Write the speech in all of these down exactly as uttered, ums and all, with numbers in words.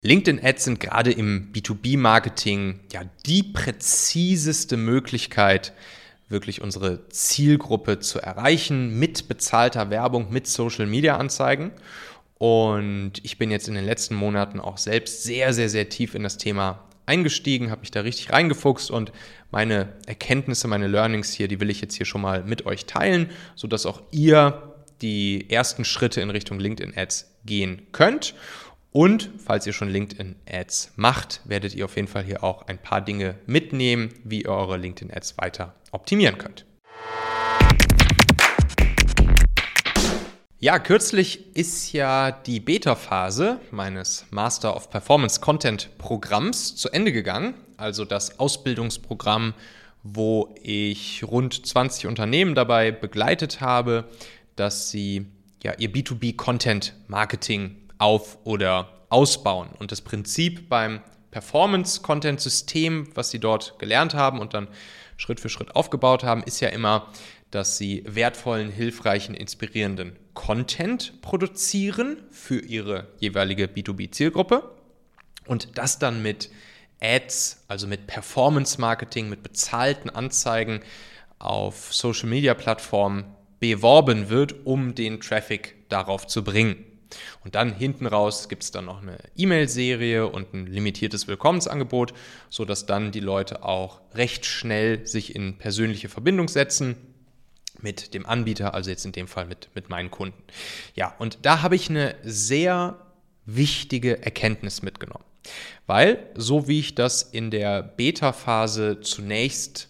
LinkedIn-Ads sind gerade im B zwei B-Marketing ja die präziseste Möglichkeit, wirklich unsere Zielgruppe zu erreichen mit bezahlter Werbung, mit Social-Media-Anzeigen. Und ich bin jetzt in den letzten Monaten auch selbst sehr, sehr, sehr tief in das Thema eingestiegen, habe mich da richtig reingefuchst und meine Erkenntnisse, meine Learnings hier, die will ich jetzt hier schon mal mit euch teilen, sodass auch ihr die ersten Schritte in Richtung LinkedIn-Ads gehen könnt. Und falls ihr schon LinkedIn-Ads macht, werdet ihr auf jeden Fall hier auch ein paar Dinge mitnehmen, wie ihr eure LinkedIn-Ads weiter optimieren könnt. Ja, kürzlich ist ja die Beta-Phase meines Master of Performance Content Programms zu Ende gegangen. Also das Ausbildungsprogramm, wo ich rund zwanzig Unternehmen dabei begleitet habe, dass sie ja ihr B zwei B Content Marketing auf- oder ausbauen. Und das Prinzip beim Performance-Content-System, was sie dort gelernt haben und dann Schritt für Schritt aufgebaut haben, ist ja immer, dass sie wertvollen, hilfreichen, inspirierenden Content produzieren für ihre jeweilige B zwei B-Zielgruppe und das dann mit Ads, also mit Performance-Marketing, mit bezahlten Anzeigen auf Social-Media-Plattformen beworben wird, um den Traffic darauf zu bringen. Und dann hinten raus gibt es dann noch eine E-Mail-Serie und ein limitiertes Willkommensangebot, sodass dann die Leute auch recht schnell sich in persönliche Verbindung setzen mit dem Anbieter, also jetzt in dem Fall mit, mit meinen Kunden. Ja, und da habe ich eine sehr wichtige Erkenntnis mitgenommen, weil so wie ich das in der Beta-Phase zunächst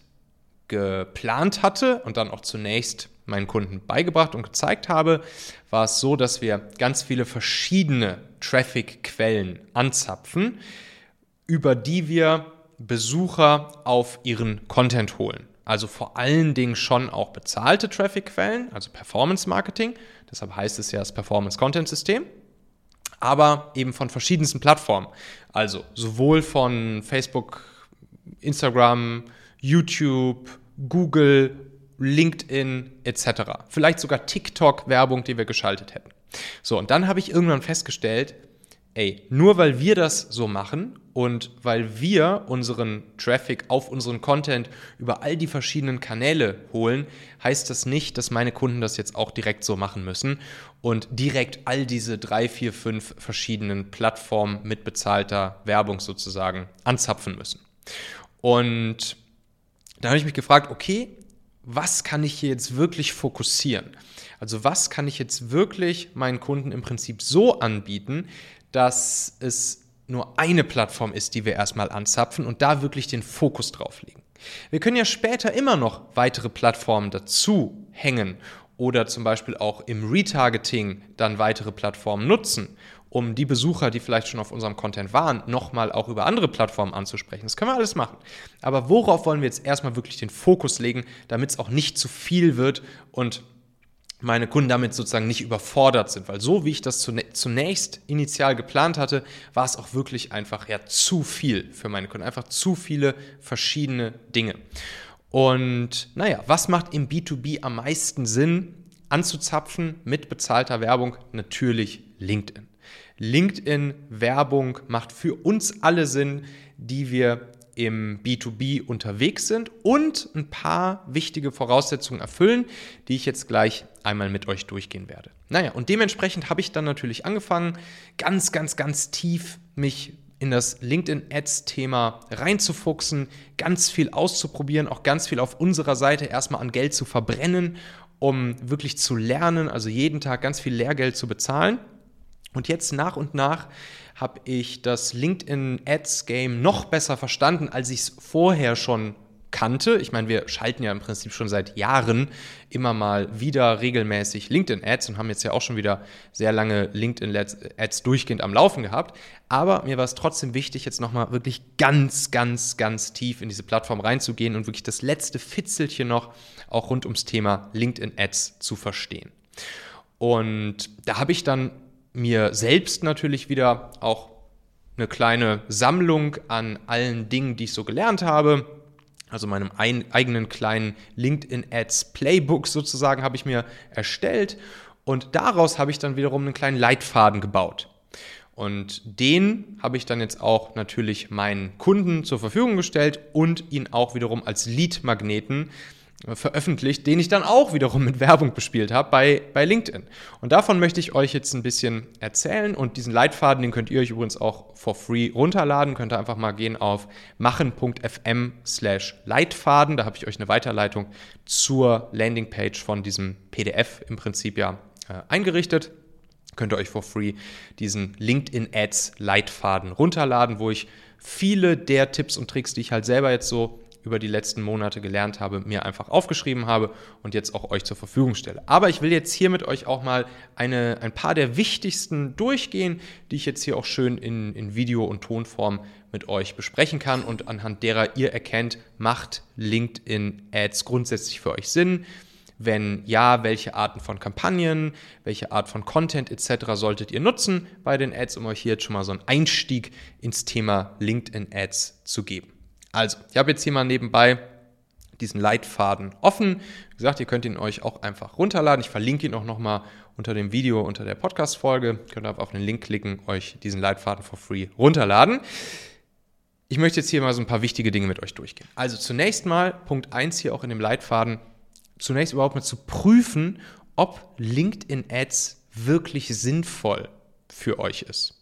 geplant hatte und dann auch zunächst meinen Kunden beigebracht und gezeigt habe, war es so, dass wir ganz viele verschiedene Traffic-Quellen anzapfen, über die wir Besucher auf ihren Content holen. Also vor allen Dingen schon auch bezahlte Traffic-Quellen, also Performance-Marketing, deshalb heißt es ja das Performance-Content-System, aber eben von verschiedensten Plattformen, also sowohl von Facebook, Instagram, YouTube, Google, LinkedIn et cetera. Vielleicht sogar TikTok-Werbung, die wir geschaltet hätten. So, und dann habe ich irgendwann festgestellt, ey, nur weil wir das so machen und weil wir unseren Traffic auf unseren Content über all die verschiedenen Kanäle holen, heißt das nicht, dass meine Kunden das jetzt auch direkt so machen müssen und direkt all diese drei, vier, fünf verschiedenen Plattformen mit bezahlter Werbung sozusagen anzapfen müssen. Und da habe ich mich gefragt, okay, was kann ich hier jetzt wirklich fokussieren? Also was kann ich jetzt wirklich meinen Kunden im Prinzip so anbieten, dass es nur eine Plattform ist, die wir erstmal anzapfen und da wirklich den Fokus drauf legen. Wir können ja später immer noch weitere Plattformen dazu hängen oder zum Beispiel auch im Retargeting dann weitere Plattformen nutzen, um die Besucher, die vielleicht schon auf unserem Content waren, nochmal auch über andere Plattformen anzusprechen. Das können wir alles machen. Aber worauf wollen wir jetzt erstmal wirklich den Fokus legen, damit es auch nicht zu viel wird und meine Kunden damit sozusagen nicht überfordert sind? Weil so, wie ich das zunächst initial geplant hatte, war es auch wirklich einfach ja zu viel für meine Kunden. Einfach zu viele verschiedene Dinge. Und naja, was macht im B zwei B am meisten Sinn anzuzapfen mit bezahlter Werbung? Natürlich LinkedIn. LinkedIn-Werbung macht für uns alle Sinn, die wir im B zwei B unterwegs sind und ein paar wichtige Voraussetzungen erfüllen, die ich jetzt gleich einmal mit euch durchgehen werde. Naja, und dementsprechend habe ich dann natürlich angefangen, ganz, ganz, ganz tief mich in das LinkedIn-Ads-Thema reinzufuchsen, ganz viel auszuprobieren, auch ganz viel auf unserer Seite erstmal an Geld zu verbrennen, um wirklich zu lernen, also jeden Tag ganz viel Lehrgeld zu bezahlen. Und jetzt nach und nach habe ich das LinkedIn-Ads-Game noch besser verstanden, als ich es vorher schon kannte. Ich meine, wir schalten ja im Prinzip schon seit Jahren immer mal wieder regelmäßig LinkedIn-Ads und haben jetzt ja auch schon wieder sehr lange LinkedIn-Ads durchgehend am Laufen gehabt. Aber mir war es trotzdem wichtig, jetzt nochmal wirklich ganz, ganz, ganz tief in diese Plattform reinzugehen und wirklich das letzte Fitzelchen noch auch rund ums Thema LinkedIn-Ads zu verstehen. Und da habe ich dann mir selbst natürlich wieder auch eine kleine Sammlung an allen Dingen, die ich so gelernt habe. Also meinem ein, eigenen kleinen LinkedIn-Ads-Playbook sozusagen habe ich mir erstellt und daraus habe ich dann wiederum einen kleinen Leitfaden gebaut. Und den habe ich dann jetzt auch natürlich meinen Kunden zur Verfügung gestellt und ihn auch wiederum als Lead-Magneten veröffentlicht, den ich dann auch wiederum mit Werbung bespielt habe bei, bei LinkedIn. Und davon möchte ich euch jetzt ein bisschen erzählen und diesen Leitfaden, den könnt ihr euch übrigens auch for free runterladen. Könnt ihr einfach mal gehen auf machen.fm slash Leitfaden. Da habe ich euch eine Weiterleitung zur Landingpage von diesem P D F im Prinzip ja äh, eingerichtet. Könnt ihr euch for free diesen LinkedIn Ads Leitfaden runterladen, wo ich viele der Tipps und Tricks, die ich halt selber jetzt so über die letzten Monate gelernt habe, mir einfach aufgeschrieben habe und jetzt auch euch zur Verfügung stelle. Aber ich will jetzt hier mit euch auch mal eine, ein paar der wichtigsten durchgehen, die ich jetzt hier auch schön in, in Video- und Tonform mit euch besprechen kann und anhand derer ihr erkennt, macht LinkedIn Ads grundsätzlich für euch Sinn? Wenn ja, welche Arten von Kampagnen, welche Art von Content et cetera solltet ihr nutzen bei den Ads, um euch hier jetzt schon mal so einen Einstieg ins Thema LinkedIn Ads zu geben. Also, ich habe jetzt hier mal nebenbei diesen Leitfaden offen. Wie gesagt, ihr könnt ihn euch auch einfach runterladen. Ich verlinke ihn auch nochmal unter dem Video, unter der Podcast-Folge. Ihr könnt einfach auf den Link klicken, euch diesen Leitfaden for free runterladen. Ich möchte jetzt hier mal so ein paar wichtige Dinge mit euch durchgehen. Also zunächst mal, Punkt eins hier auch in dem Leitfaden, zunächst überhaupt mal zu prüfen, ob LinkedIn Ads wirklich sinnvoll für euch ist.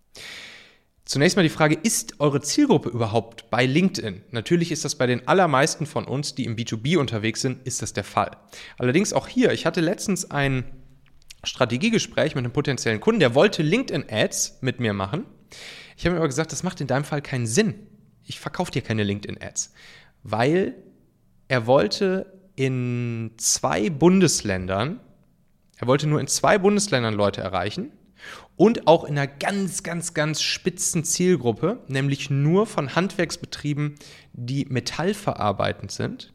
Zunächst mal die Frage, ist eure Zielgruppe überhaupt bei LinkedIn? Natürlich ist das bei den allermeisten von uns, die im B zwei B unterwegs sind, ist das der Fall. Allerdings auch hier, ich hatte letztens ein Strategiegespräch mit einem potenziellen Kunden, der wollte LinkedIn-Ads mit mir machen. Ich habe mir aber gesagt, das macht in deinem Fall keinen Sinn. Ich verkaufe dir keine LinkedIn-Ads, weil er wollte in zwei Bundesländern, er wollte nur in zwei Bundesländern Leute erreichen, und auch in einer ganz, ganz, ganz spitzen Zielgruppe, nämlich nur von Handwerksbetrieben, die metallverarbeitend sind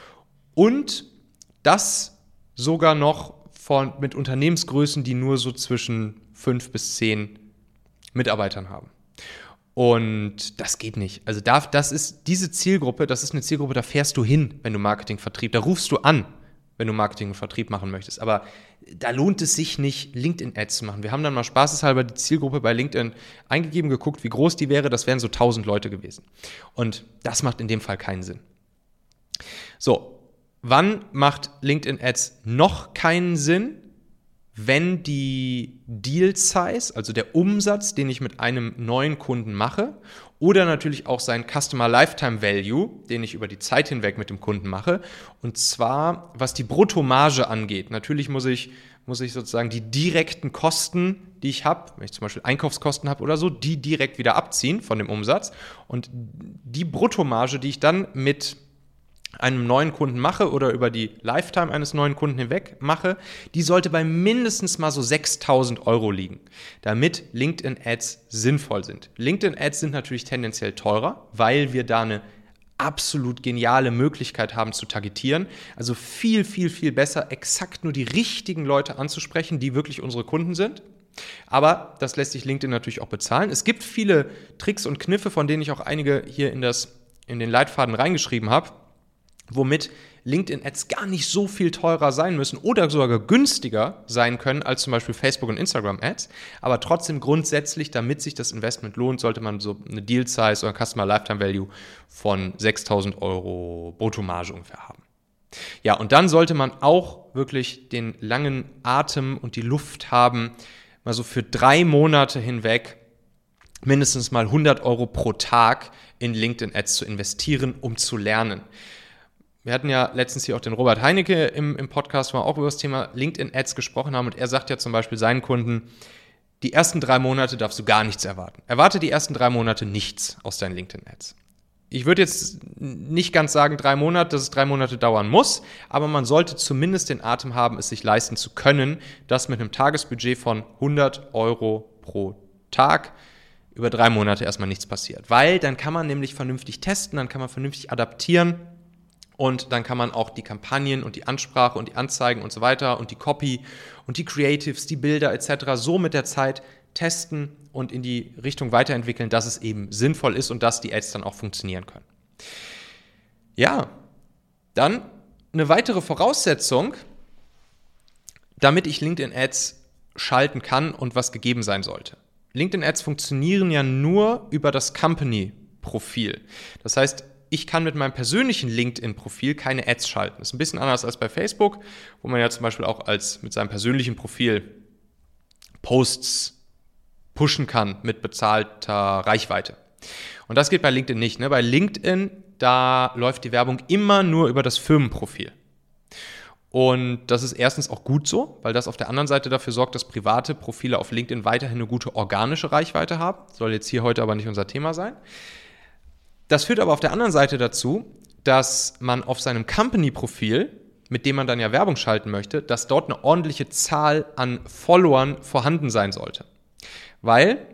und das sogar noch von, mit Unternehmensgrößen, die nur so zwischen fünf bis zehn Mitarbeitern haben. Und das geht nicht. Also da, das ist diese Zielgruppe, das ist eine Zielgruppe, da fährst du hin, wenn du Marketing, Vertrieb, da rufst du an, wenn du Marketing und Vertrieb machen möchtest. Aber da lohnt es sich nicht, LinkedIn-Ads zu machen. Wir haben dann mal spaßeshalber die Zielgruppe bei LinkedIn eingegeben, geguckt, wie groß die wäre. Das wären so tausend Leute gewesen. Und das macht in dem Fall keinen Sinn. So, wann macht LinkedIn-Ads noch keinen Sinn? Wenn die Deal-Size, also der Umsatz, den ich mit einem neuen Kunden mache, oder natürlich auch sein Customer Lifetime Value, den ich über die Zeit hinweg mit dem Kunden mache, und zwar was die Bruttomarge angeht. Natürlich muss ich, muss ich sozusagen die direkten Kosten, die ich habe, wenn ich zum Beispiel Einkaufskosten habe oder so, die direkt wieder abziehen von dem Umsatz. Und die Bruttomarge, die ich dann mit einem neuen Kunden mache oder über die Lifetime eines neuen Kunden hinweg mache, die sollte bei mindestens mal so sechstausend Euro liegen, damit LinkedIn-Ads sinnvoll sind. LinkedIn-Ads sind natürlich tendenziell teurer, weil wir da eine absolut geniale Möglichkeit haben zu targetieren. Also viel, viel, viel besser, exakt nur die richtigen Leute anzusprechen, die wirklich unsere Kunden sind. Aber das lässt sich LinkedIn natürlich auch bezahlen. Es gibt viele Tricks und Kniffe, von denen ich auch einige hier in, das, in den Leitfaden reingeschrieben habe, womit LinkedIn-Ads gar nicht so viel teurer sein müssen oder sogar günstiger sein können als zum Beispiel Facebook- und Instagram-Ads. Aber trotzdem grundsätzlich, damit sich das Investment lohnt, sollte man so eine Deal-Size oder Customer Lifetime Value von sechstausend Euro Bruttomarge ungefähr haben. Ja, und dann sollte man auch wirklich den langen Atem und die Luft haben, mal so für drei Monate hinweg mindestens mal hundert Euro pro Tag in LinkedIn-Ads zu investieren, um zu lernen. Wir hatten ja letztens hier auch den Robert Heinecke im, im Podcast, wo wir auch über das Thema LinkedIn-Ads gesprochen haben. Und er sagt ja zum Beispiel seinen Kunden, die ersten drei Monate darfst du gar nichts erwarten. Erwarte die ersten drei Monate nichts aus deinen LinkedIn-Ads. Ich würde jetzt nicht ganz sagen drei Monate, dass es drei Monate dauern muss, aber man sollte zumindest den Atem haben, es sich leisten zu können, dass mit einem Tagesbudget von hundert Euro pro Tag über drei Monate erstmal nichts passiert. Weil dann kann man nämlich vernünftig testen, dann kann man vernünftig adaptieren. Und dann kann man auch die Kampagnen und die Ansprache und die Anzeigen und so weiter und die Copy und die Creatives, die Bilder et cetera so mit der Zeit testen und in die Richtung weiterentwickeln, dass es eben sinnvoll ist und dass die Ads dann auch funktionieren können. Ja, dann eine weitere Voraussetzung, damit ich LinkedIn-Ads schalten kann und was gegeben sein sollte. LinkedIn-Ads funktionieren ja nur über das Company-Profil. Das heißt, ich kann mit meinem persönlichen LinkedIn-Profil keine Ads schalten. Das ist ein bisschen anders als bei Facebook, wo man ja zum Beispiel auch als mit seinem persönlichen Profil Posts pushen kann mit bezahlter Reichweite. Und das geht bei LinkedIn nicht. Ne? Bei LinkedIn, da läuft die Werbung immer nur über das Firmenprofil. Und das ist erstens auch gut so, weil das auf der anderen Seite dafür sorgt, dass private Profile auf LinkedIn weiterhin eine gute organische Reichweite haben. Soll jetzt hier heute aber nicht unser Thema sein. Das führt aber auf der anderen Seite dazu, dass man auf seinem Company-Profil, mit dem man dann ja Werbung schalten möchte, dass dort eine ordentliche Zahl an Followern vorhanden sein sollte. Weil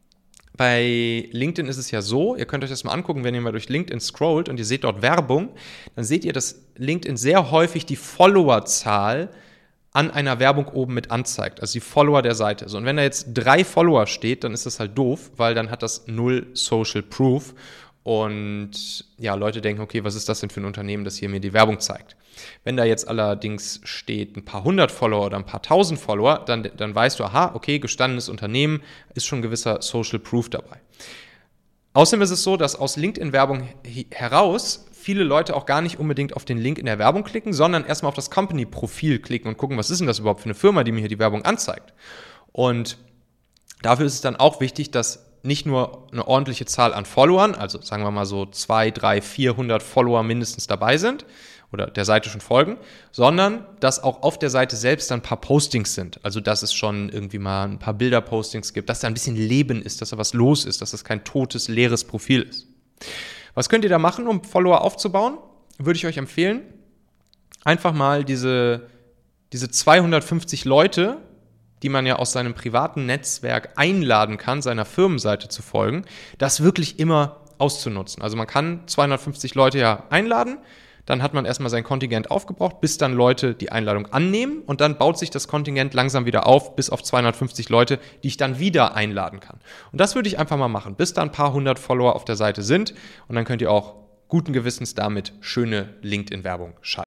bei LinkedIn ist es ja so, ihr könnt euch das mal angucken, wenn ihr mal durch LinkedIn scrollt und ihr seht dort Werbung, dann seht ihr, dass LinkedIn sehr häufig die Followerzahl an einer Werbung oben mit anzeigt, also die Follower der Seite. So, und wenn da jetzt drei Follower steht, dann ist das halt doof, weil dann hat das null Social Proof. Und ja, Leute denken, okay, was ist das denn für ein Unternehmen, das hier mir die Werbung zeigt? Wenn da jetzt allerdings steht ein paar hundert Follower oder ein paar tausend Follower, dann, dann weißt du, aha, okay, gestandenes Unternehmen, ist schon ein gewisser Social Proof dabei. Außerdem ist es so, dass aus LinkedIn-Werbung heraus viele Leute auch gar nicht unbedingt auf den Link in der Werbung klicken, sondern erstmal auf das Company-Profil klicken und gucken, was ist denn das überhaupt für eine Firma, die mir hier die Werbung anzeigt. Und dafür ist es dann auch wichtig, dass nicht nur eine ordentliche Zahl an Followern, also sagen wir mal so zwei, drei, vierhundert Follower mindestens dabei sind oder der Seite schon folgen, sondern dass auch auf der Seite selbst dann ein paar Postings sind. Also dass es schon irgendwie mal ein paar Bilder-Postings gibt, dass da ein bisschen Leben ist, dass da was los ist, dass das kein totes, leeres Profil ist. Was könnt ihr da machen, um Follower aufzubauen? Würde ich euch empfehlen, einfach mal diese, diese zweihundertfünfzig Leute, die man ja aus seinem privaten Netzwerk einladen kann, seiner Firmenseite zu folgen, das wirklich immer auszunutzen. Also man kann zweihundertfünfzig Leute ja einladen, dann hat man erstmal sein Kontingent aufgebraucht, bis dann Leute die Einladung annehmen und dann baut sich das Kontingent langsam wieder auf, bis auf zweihundertfünfzig Leute, die ich dann wieder einladen kann. Und das würde ich einfach mal machen, bis da ein paar hundert Follower auf der Seite sind und dann könnt ihr auch guten Gewissens damit schöne LinkedIn-Werbung schalten.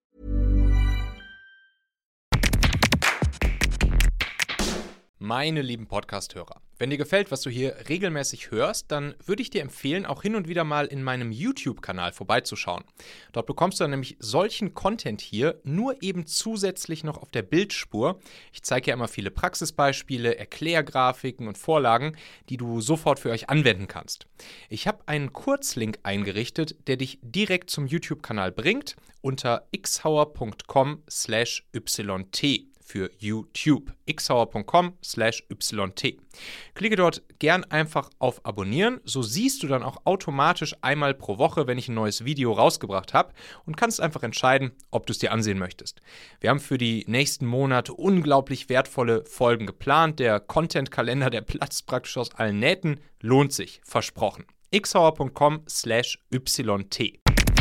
Meine lieben Podcast-Hörer, wenn dir gefällt, was du hier regelmäßig hörst, dann würde ich dir empfehlen, auch hin und wieder mal in meinem YouTube-Kanal vorbeizuschauen. Dort bekommst du dann nämlich solchen Content hier nur eben zusätzlich noch auf der Bildspur. Ich zeige ja immer viele Praxisbeispiele, Erklärgrafiken und Vorlagen, die du sofort für euch anwenden kannst. Ich habe einen Kurzlink eingerichtet, der dich direkt zum YouTube-Kanal bringt unter xhauer.com slash yt. Für YouTube. xhauer.com slash yt. Klicke dort gern einfach auf Abonnieren, so siehst du dann auch automatisch einmal pro Woche, wenn ich ein neues Video rausgebracht habe und kannst einfach entscheiden, ob du es dir ansehen möchtest. Wir haben für die nächsten Monate unglaublich wertvolle Folgen geplant. Der Content-Kalender, der platzt praktisch aus allen Nähten, lohnt sich, versprochen. xhauer.com slash yt.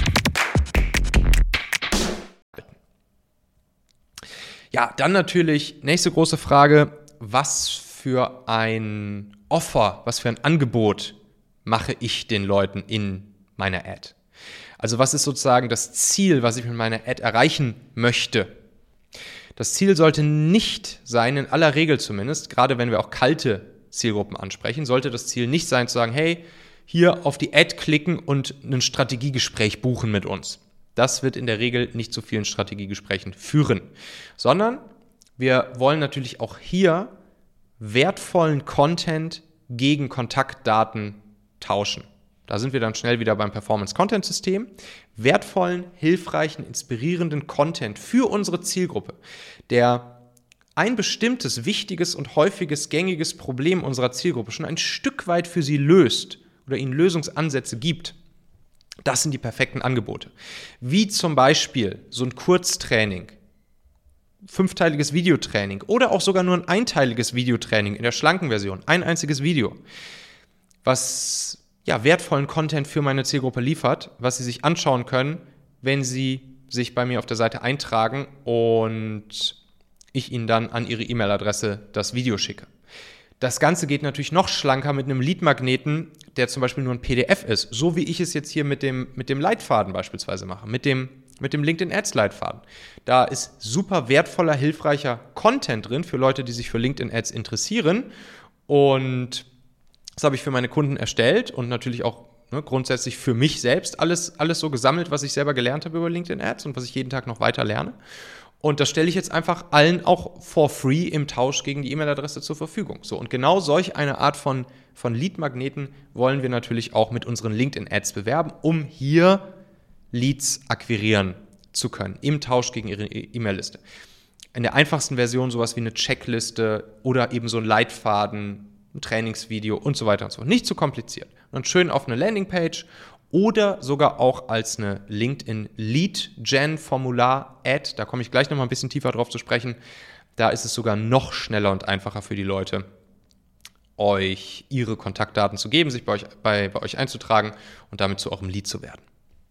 Ja, dann natürlich nächste große Frage, was für ein Offer, was für ein Angebot mache ich den Leuten in meiner Ad? Also was ist sozusagen das Ziel, was ich mit meiner Ad erreichen möchte? Das Ziel sollte nicht sein, in aller Regel zumindest, gerade wenn wir auch kalte Zielgruppen ansprechen, sollte das Ziel nicht sein zu sagen, hey, hier auf die Ad klicken und ein Strategiegespräch buchen mit uns. Das wird in der Regel nicht zu vielen Strategiegesprächen führen, sondern wir wollen natürlich auch hier wertvollen Content gegen Kontaktdaten tauschen. Da sind wir dann schnell wieder beim Performance-Content-System. Wertvollen, hilfreichen, inspirierenden Content für unsere Zielgruppe, der ein bestimmtes, wichtiges und häufiges, gängiges Problem unserer Zielgruppe schon ein Stück weit für sie löst oder ihnen Lösungsansätze gibt. Das sind die perfekten Angebote. Wie zum Beispiel so ein Kurztraining, fünfteiliges Videotraining oder auch sogar nur ein einteiliges Videotraining in der schlanken Version, ein einziges Video, was ja wertvollen Content für meine Zielgruppe liefert, was sie sich anschauen können, wenn sie sich bei mir auf der Seite eintragen und ich ihnen dann an ihre E-Mail-Adresse das Video schicke. Das Ganze geht natürlich noch schlanker mit einem Lead-Magneten, der zum Beispiel nur ein P D F ist, so wie ich es jetzt hier mit dem, mit dem Leitfaden beispielsweise mache, mit dem, mit dem LinkedIn-Ads-Leitfaden. Da ist super wertvoller, hilfreicher Content drin für Leute, die sich für LinkedIn-Ads interessieren und Das habe ich für meine Kunden erstellt und natürlich auch ne, grundsätzlich für mich selbst alles, alles so gesammelt, was ich selber gelernt habe über LinkedIn Ads und was ich jeden Tag noch weiter lerne. Und das stelle ich jetzt einfach allen auch for free im Tausch gegen die E-Mail-Adresse zur Verfügung. So, und genau solch eine Art von, von Lead-Magneten wollen wir natürlich auch mit unseren LinkedIn-Ads bewerben, um hier Leads akquirieren zu können, im Tausch gegen Ihre E-Mail-Liste. In der einfachsten Version sowas wie eine Checkliste oder eben so ein Leitfaden, ein Trainingsvideo und so weiter und so. Nicht zu kompliziert. Und schön auf eine Landingpage oder sogar auch als eine LinkedIn Lead-Gen-Formular-Ad. Da komme ich gleich nochmal ein bisschen tiefer drauf zu sprechen. Da ist es sogar noch schneller und einfacher für die Leute, euch ihre Kontaktdaten zu geben, sich bei euch, bei, bei euch einzutragen und damit zu eurem Lead zu werden.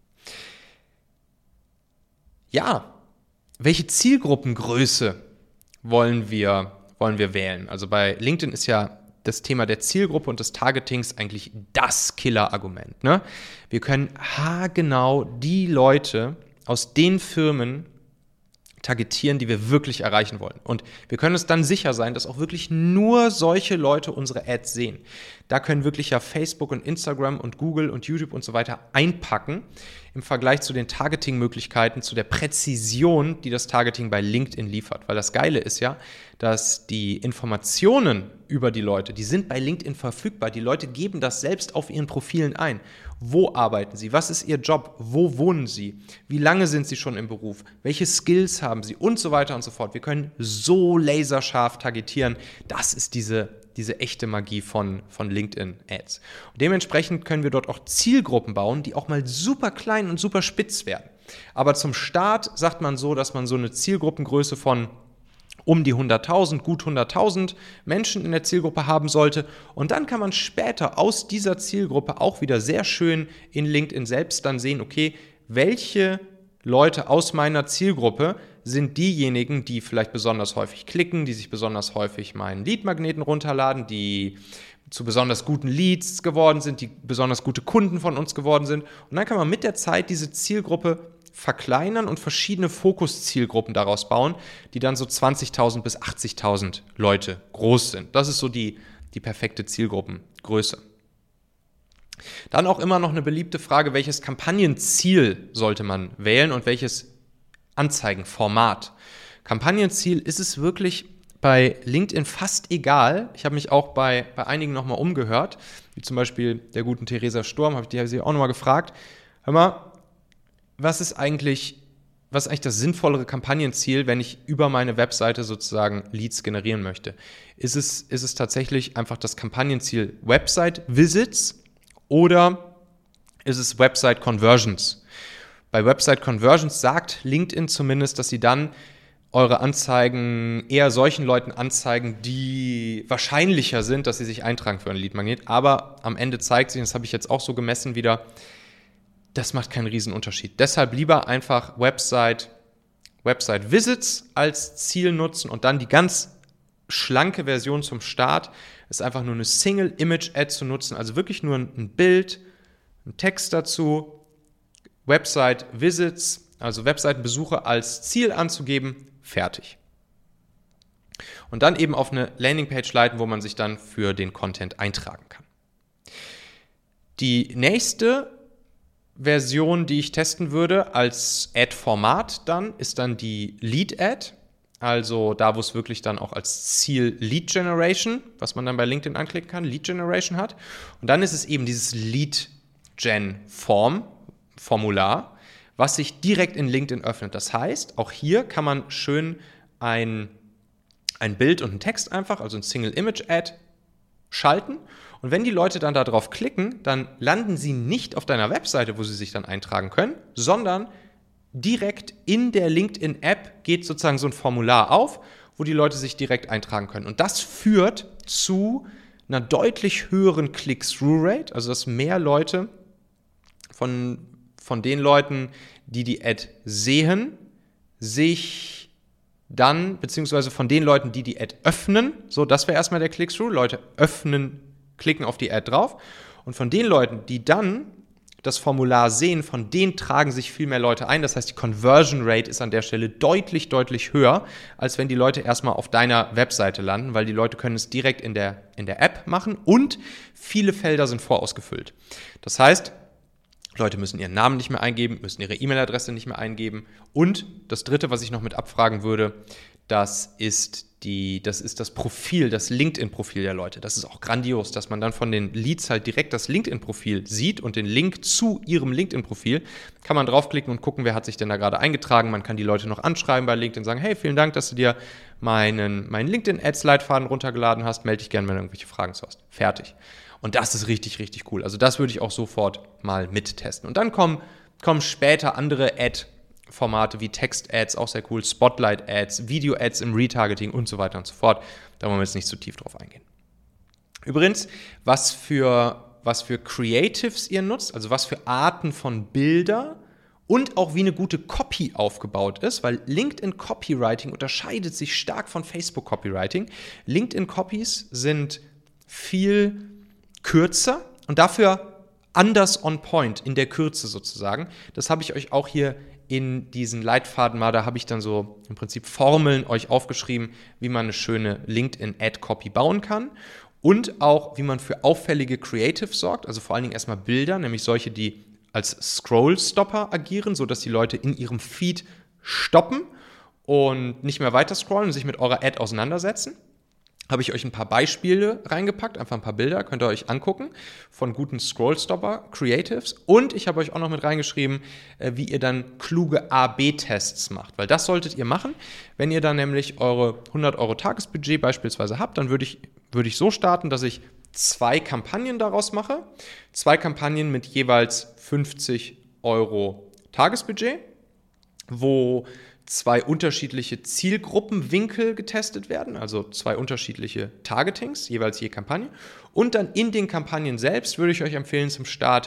Ja, welche Zielgruppengröße wollen wir, wollen wir wählen? Also bei LinkedIn ist ja das Thema der Zielgruppe und des Targetings eigentlich das Killer-Argument. Ne? Wir können haargenau die Leute aus den Firmen targetieren, die wir wirklich erreichen wollen. Und wir können uns dann sicher sein, dass auch wirklich nur solche Leute unsere Ads sehen. Da können wirklich ja Facebook und Instagram und Google und YouTube und so weiter einpacken im Vergleich zu den Targeting-Möglichkeiten, zu der Präzision, die das Targeting bei LinkedIn liefert. Weil das Geile ist ja, dass die Informationen über die Leute, die sind bei LinkedIn verfügbar. Die Leute geben das selbst auf ihren Profilen ein. Wo arbeiten sie? Was ist ihr Job? Wo wohnen sie? Wie lange sind sie schon im Beruf? Welche Skills haben sie? Und so weiter und so fort. Wir können so laserscharf targetieren. Das ist diese, diese echte Magie von, von LinkedIn-Ads. Und dementsprechend können wir dort auch Zielgruppen bauen, die auch mal super klein und super spitz werden. Aber zum Start sagt man so, dass man so eine Zielgruppengröße von um die hunderttausend, gut hunderttausend Menschen in der Zielgruppe haben sollte. Und dann kann man später aus dieser Zielgruppe auch wieder sehr schön in LinkedIn selbst dann sehen, okay, welche Leute aus meiner Zielgruppe sind diejenigen, die vielleicht besonders häufig klicken, die sich besonders häufig meinen Lead-Magneten runterladen, die zu besonders guten Leads geworden sind, die besonders gute Kunden von uns geworden sind. Und dann kann man mit der Zeit diese Zielgruppe verkleinern und verschiedene Fokuszielgruppen daraus bauen, die dann so zwanzigtausend bis achtzigtausend Leute groß sind. Das ist so die, die perfekte Zielgruppengröße. Dann auch immer noch eine beliebte Frage, welches Kampagnenziel sollte man wählen und welches Anzeigenformat? Kampagnenziel ist es wirklich bei LinkedIn fast egal. Ich habe mich auch bei, bei einigen nochmal umgehört, wie zum Beispiel der guten Theresa Sturm, habe ich die sie auch nochmal gefragt. Hör mal, was ist eigentlich, was ist eigentlich das sinnvollere Kampagnenziel, wenn ich über meine Webseite sozusagen Leads generieren möchte? Ist es, ist es tatsächlich einfach das Kampagnenziel Website Visits oder ist es Website Conversions? Bei Website Conversions sagt LinkedIn zumindest, dass sie dann eure Anzeigen eher solchen Leuten anzeigen, die wahrscheinlicher sind, dass sie sich eintragen für ein Lead-Magnet. Aber am Ende zeigt sich, das habe ich jetzt auch so gemessen wieder, das macht keinen Riesenunterschied. Deshalb lieber einfach Website, Website Visits als Ziel nutzen und dann die ganz schlanke Version zum Start ist einfach nur eine Single Image Ad zu nutzen, also wirklich nur ein Bild, ein Text dazu, Website Visits, also Webseitenbesuche als Ziel anzugeben, fertig. Und dann eben auf eine Landingpage leiten, wo man sich dann für den Content eintragen kann. Die nächste Version, die ich testen würde als Ad-Format dann, ist dann die Lead-Ad, also da, wo es wirklich dann auch als Ziel Lead Generation, was man dann bei LinkedIn anklicken kann, Lead Generation hat. Und dann ist es eben dieses Lead-Gen-Form, Formular, was sich direkt in LinkedIn öffnet. Das heißt, auch hier kann man schön ein, ein Bild und einen Text einfach, also ein Single-Image-Ad, schalten. Und wenn die Leute dann darauf klicken, dann landen sie nicht auf deiner Webseite, wo sie sich dann eintragen können, sondern direkt in der LinkedIn-App geht sozusagen so ein Formular auf, wo die Leute sich direkt eintragen können. Und das führt zu einer deutlich höheren Click-Through-Rate, also dass mehr Leute von, von den Leuten, die die Ad sehen, sich dann, beziehungsweise von den Leuten, die die Ad öffnen, so, das wäre erstmal der Click-Through, Leute öffnen, klicken auf die Ad drauf und von den Leuten, die dann das Formular sehen, von denen tragen sich viel mehr Leute ein. Das heißt, die Conversion Rate ist an der Stelle deutlich, deutlich höher, als wenn die Leute erstmal auf deiner Webseite landen, weil die Leute können es direkt in der, in der App machen und viele Felder sind vorausgefüllt. Das heißt, Leute müssen ihren Namen nicht mehr eingeben, müssen ihre E-Mail-Adresse nicht mehr eingeben. Und das Dritte, was ich noch mit abfragen würde, das ist die, das ist das Profil, das LinkedIn-Profil der Leute. Das ist auch grandios, dass man dann von den Leads halt direkt das LinkedIn-Profil sieht und den Link zu ihrem LinkedIn-Profil. Kann man draufklicken und gucken, wer hat sich denn da gerade eingetragen. Man kann die Leute noch anschreiben bei LinkedIn und sagen, hey, vielen Dank, dass du dir meinen, meinen LinkedIn-Ads-Leitfaden runtergeladen hast. Melde dich gerne, wenn du irgendwelche Fragen zu hast. Fertig. Und das ist richtig, richtig cool. Also das würde ich auch sofort mal mittesten. Und dann kommen, kommen später andere Ad- Formate wie Text-Ads, auch sehr cool, Spotlight-Ads, Video-Ads im Retargeting und so weiter und so fort. Da wollen wir jetzt nicht zu tief drauf eingehen. Übrigens, was für, was für Creatives ihr nutzt, also was für Arten von Bilder und auch wie eine gute Copy aufgebaut ist, weil LinkedIn Copywriting unterscheidet sich stark von Facebook Copywriting. LinkedIn Copies sind viel kürzer und dafür anders on point, in der Kürze sozusagen. Das habe ich euch auch hier in diesen Leitfaden mal, da habe ich dann so im Prinzip Formeln euch aufgeschrieben, wie man eine schöne LinkedIn-Ad-Copy bauen kann und auch, wie man für auffällige Creatives sorgt, also vor allen Dingen erstmal Bilder, nämlich solche, die als Scroll-Stopper agieren, sodass die Leute in ihrem Feed stoppen und nicht mehr weiter scrollen und sich mit eurer Ad auseinandersetzen. Habe ich euch ein paar Beispiele reingepackt, einfach ein paar Bilder, könnt ihr euch angucken, von guten Scrollstopper-Creatives. Und ich habe euch auch noch mit reingeschrieben, wie ihr dann kluge A B Tests macht. Weil das solltet ihr machen. Wenn ihr dann nämlich eure hundert Euro Tagesbudget beispielsweise habt, dann würde ich, würde ich so starten, dass ich zwei Kampagnen daraus mache. Zwei Kampagnen mit jeweils fünfzig Euro Tagesbudget, wo zwei unterschiedliche Zielgruppenwinkel getestet werden, also zwei unterschiedliche Targetings, jeweils je Kampagne. Und dann in den Kampagnen selbst würde ich euch empfehlen, zum Start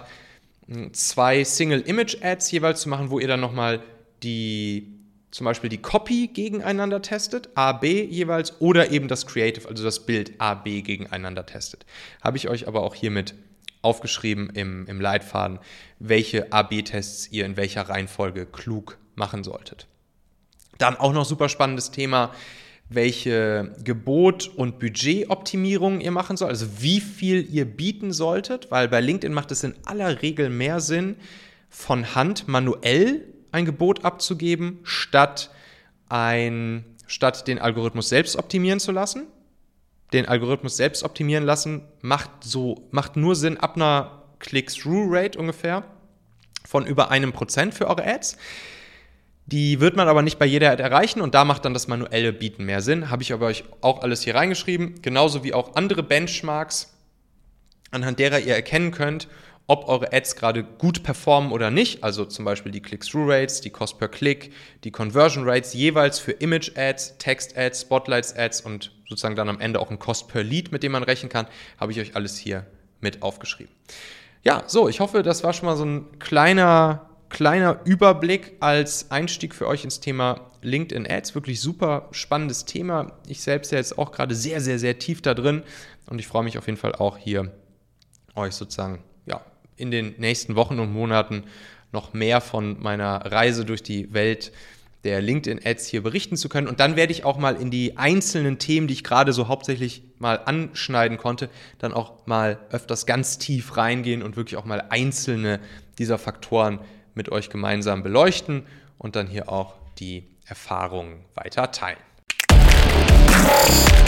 zwei Single-Image-Ads jeweils zu machen, wo ihr dann nochmal die, zum Beispiel die Copy gegeneinander testet, A B jeweils, oder eben das Creative, also das Bild A B gegeneinander testet. Habe ich euch aber auch hiermit aufgeschrieben im, im Leitfaden, welche A B Tests ihr in welcher Reihenfolge klug machen solltet. Dann auch noch super spannendes Thema, welche Gebot- und Budgetoptimierung ihr machen sollt, also wie viel ihr bieten solltet, weil bei LinkedIn macht es in aller Regel mehr Sinn, von Hand manuell ein Gebot abzugeben, statt, ein, statt den Algorithmus selbst optimieren zu lassen. Den Algorithmus selbst optimieren lassen macht, so, macht nur Sinn ab einer Click-Through-Rate ungefähr von über einem Prozent für eure Ads. Die wird man aber nicht bei jeder Ad erreichen und da macht dann das manuelle Bieten mehr Sinn. Habe ich aber euch auch alles hier reingeschrieben, genauso wie auch andere Benchmarks, anhand derer ihr erkennen könnt, ob eure Ads gerade gut performen oder nicht. Also zum Beispiel die Click-Through-Rates, die Cost per Click, die Conversion-Rates jeweils für Image-Ads, Text-Ads, Spotlights-Ads und sozusagen dann am Ende auch ein Cost per Lead, mit dem man rechnen kann, habe ich euch alles hier mit aufgeschrieben. Ja, so, ich hoffe, das war schon mal so ein kleiner... Kleiner Überblick als Einstieg für euch ins Thema LinkedIn Ads. Wirklich super spannendes Thema. Ich selbst ja jetzt auch gerade sehr, sehr, sehr tief da drin und ich freue mich auf jeden Fall auch hier, euch sozusagen ja, in den nächsten Wochen und Monaten noch mehr von meiner Reise durch die Welt der LinkedIn Ads hier berichten zu können. Und dann werde ich auch mal in die einzelnen Themen, die ich gerade so hauptsächlich mal anschneiden konnte, dann auch mal öfters ganz tief reingehen und wirklich auch mal einzelne dieser Faktoren mit euch gemeinsam beleuchten und dann hier auch die Erfahrungen weiter teilen.